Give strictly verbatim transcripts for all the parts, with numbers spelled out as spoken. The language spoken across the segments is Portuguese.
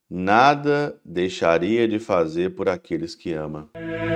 nada deixaria de fazer por aqueles que ama.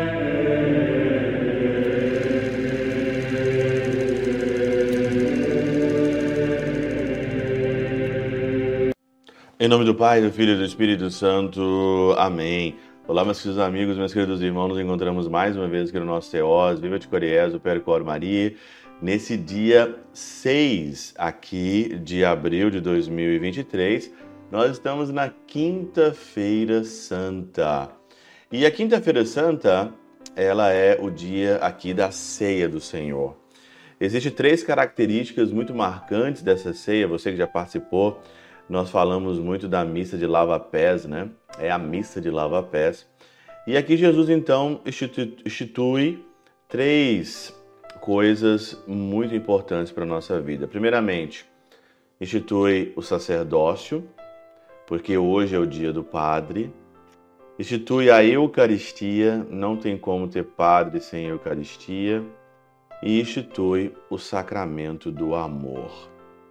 Em nome do Pai, do Filho e do Espírito Santo. Amém. Olá, meus queridos amigos, meus queridos irmãos, nos encontramos mais uma vez aqui no nosso Teós, Viva de Coriés, o Percor Maria, nesse dia seis aqui de abril de dois mil e vinte e três, nós estamos na Quinta-feira Santa. E a Quinta-feira Santa, ela é o dia aqui da ceia do Senhor. Existem três características muito marcantes dessa ceia, você que já participou. Nós falamos muito da missa de lava-pés, né? É a missa de lava-pés. E aqui Jesus, então, institui, institui três coisas muito importantes para a nossa vida. Primeiramente, institui o sacerdócio, porque hoje é o dia do padre. Institui a Eucaristia, não tem como ter padre sem Eucaristia. E institui o sacramento do amor.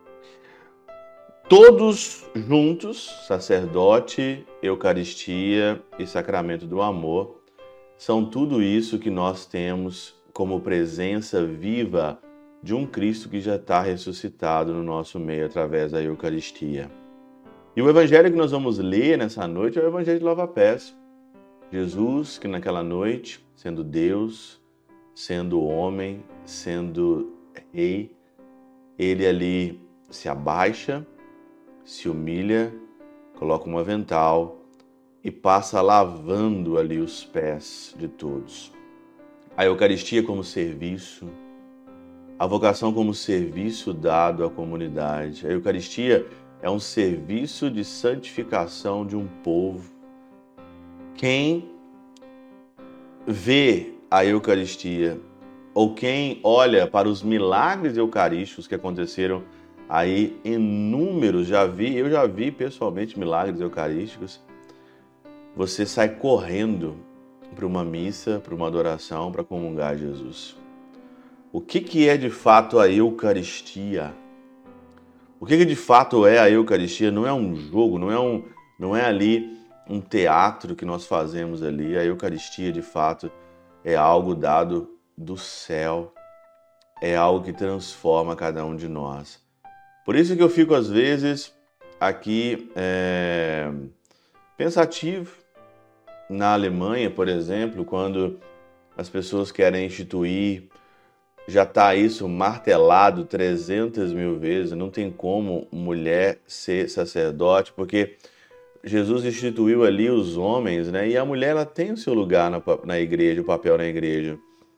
Todos juntos, sacerdote, Eucaristia e sacramento do amor, são tudo isso que nós temos como presença viva de um Cristo que já está ressuscitado no nosso meio através da Eucaristia. E o evangelho que nós vamos ler nessa noite é o evangelho de lava-pés. Jesus, que naquela noite, sendo Deus, sendo homem, sendo rei, ele ali se abaixa, se humilha, coloca um avental e passa lavando ali os pés de todos. A Eucaristia como serviço, a vocação como serviço dado à comunidade. A Eucaristia é um serviço de santificação de um povo. Quem vê a Eucaristia ou quem olha para os milagres eucarísticos que aconteceram aí inúmeros, já vi, eu já vi pessoalmente milagres eucarísticos. Você sai correndo para uma missa, para uma adoração, para comungar Jesus. O que, que é de fato a Eucaristia? O que, que de fato é a Eucaristia? Não é um jogo, não é, um, não é ali um teatro que nós fazemos ali. A Eucaristia de fato é algo dado do céu, é algo que transforma cada um de nós. Por isso que eu fico, às vezes, aqui é, pensativo. Na Alemanha, por exemplo, quando as pessoas querem instituir, já está isso martelado trezentas mil vezes, não tem como mulher ser sacerdote, porque Jesus instituiu ali os homens, né? E a mulher ela tem o seu lugar na, na igreja, o papel na igreja.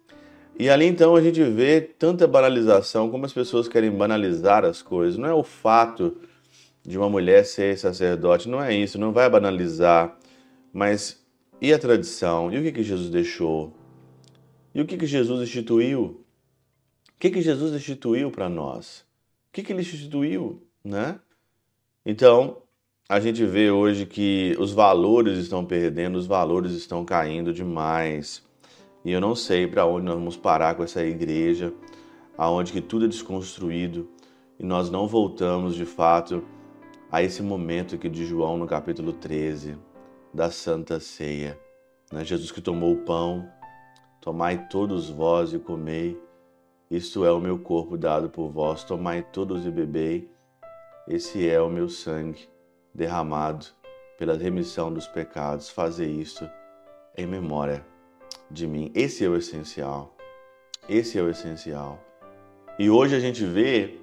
E ali então a gente vê tanta banalização, como as pessoas querem banalizar as coisas. Não é o fato de uma mulher ser sacerdote, não é isso, não vai banalizar. Mas e a tradição? E o que, que Jesus deixou? E o que, que Jesus instituiu? O que, que Jesus instituiu para nós? O que, que ele instituiu, né? Então, a gente vê hoje que os valores estão perdendo, os valores estão caindo demais. E eu não sei para onde nós vamos parar com essa igreja, aonde que tudo é desconstruído e nós não voltamos de fato a esse momento aqui de João no capítulo treze, da Santa Ceia. Né? Jesus que tomou o pão, tomai todos vós e comei, isto é o meu corpo dado por vós, tomai todos e bebei, esse é o meu sangue derramado pela remissão dos pecados, fazer isto em memória de mim. Esse é o essencial. Esse é o essencial. E hoje a gente vê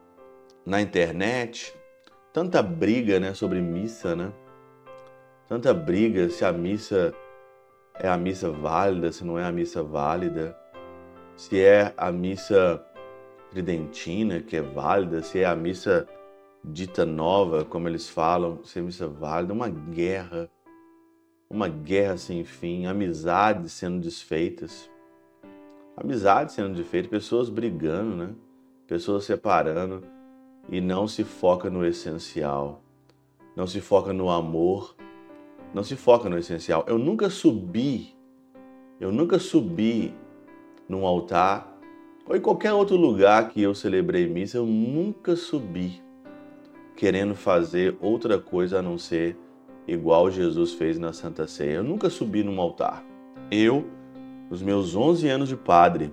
na internet tanta briga, né, sobre missa, né? Tanta briga se a missa é a missa válida, se não é a missa válida, se é a missa tridentina que é válida, se é a missa dita nova, como eles falam, se é a missa válida, uma guerra. Uma guerra sem fim, amizades sendo desfeitas, amizades sendo desfeitas, pessoas brigando, né? Pessoas separando e não se foca no essencial, não se foca no amor, não se foca no essencial. Eu nunca subi, eu nunca subi num altar ou em qualquer outro lugar que eu celebrei missa, eu nunca subi querendo fazer outra coisa a não ser igual Jesus fez na Santa Ceia. Eu nunca subi num altar. Eu, os meus onze anos de padre,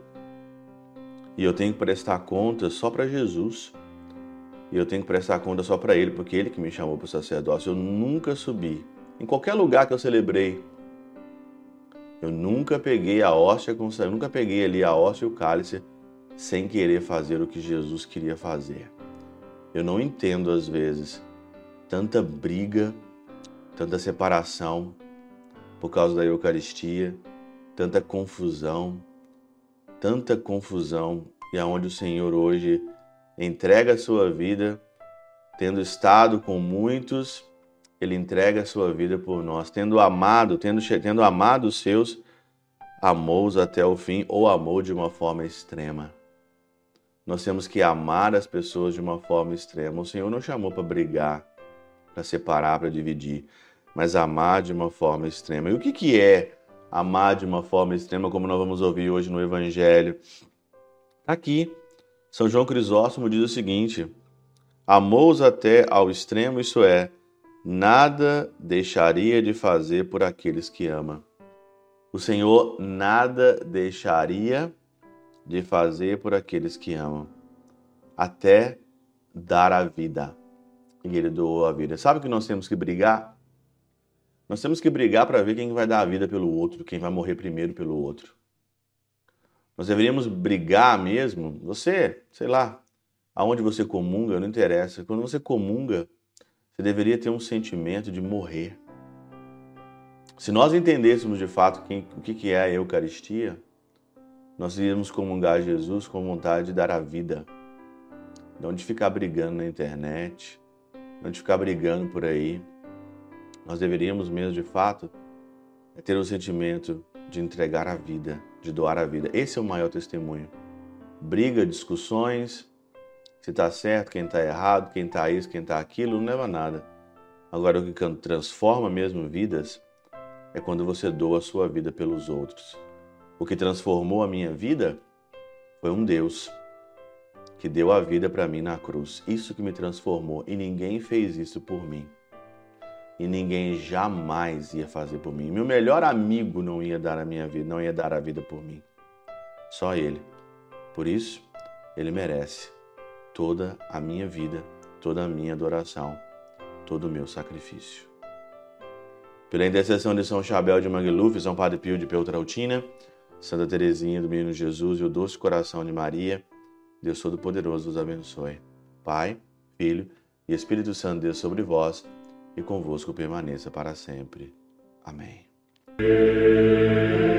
e eu tenho que prestar conta só para Jesus. E eu tenho que prestar conta só para Ele, porque Ele que me chamou para o sacerdócio. Eu nunca subi. Em qualquer lugar que eu celebrei, eu nunca peguei a hóstia, eu nunca peguei ali a hóstia e o cálice sem querer fazer o que Jesus queria fazer. Eu não entendo, às vezes, tanta briga, tanta separação por causa da Eucaristia, tanta confusão, tanta confusão, e aonde o Senhor hoje entrega a sua vida, tendo estado com muitos, Ele entrega a sua vida por nós, tendo amado, tendo, tendo amado os seus, amou-os até o fim, ou amou de uma forma extrema. Nós temos que amar as pessoas de uma forma extrema. O Senhor não chamou para brigar, para separar, para dividir, mas amar de uma forma extrema. E o que, que é amar de uma forma extrema, como nós vamos ouvir hoje no Evangelho? Aqui, São João Crisóstomo diz o seguinte: amou-os até ao extremo, isso é, nada deixaria de fazer por aqueles que ama. O Senhor nada deixaria de fazer por aqueles que amam, até dar a vida. E Ele doou a vida. Sabe o que nós temos que brigar? Nós temos que brigar para ver quem vai dar a vida pelo outro, quem vai morrer primeiro pelo outro. Nós deveríamos brigar mesmo. Você, sei lá, aonde você comunga, não interessa. Quando você comunga, você deveria ter um sentimento de morrer. Se nós entendêssemos de fato quem, o que é a Eucaristia, nós iríamos comungar Jesus com vontade de dar a vida. Não de ficar brigando na internet, não de ficar brigando por aí. Nós deveríamos mesmo, de fato, ter o sentimento de entregar a vida, de doar a vida. Esse é o maior testemunho. Briga, discussões, se está certo, quem está errado, quem está isso, quem está aquilo, não leva a nada. Agora, o que transforma mesmo vidas é quando você doa a sua vida pelos outros. O que transformou a minha vida foi um Deus que deu a vida para mim na cruz. Isso que me transformou, e ninguém fez isso por mim. E ninguém jamais ia fazer por mim. Meu melhor amigo não ia dar a minha vida, não ia dar a vida por mim. Só Ele. Por isso, Ele merece toda a minha vida, toda a minha adoração, todo o meu sacrifício. Pela intercessão de São Chabel de Mangluf, São Padre Pio de Peltrautina, Santa Teresinha do Menino Jesus e o Doce Coração de Maria, Deus Todo-Poderoso os abençoe. Pai, Filho e Espírito Santo, Deus sobre vós, e convosco permaneça para sempre. Amém.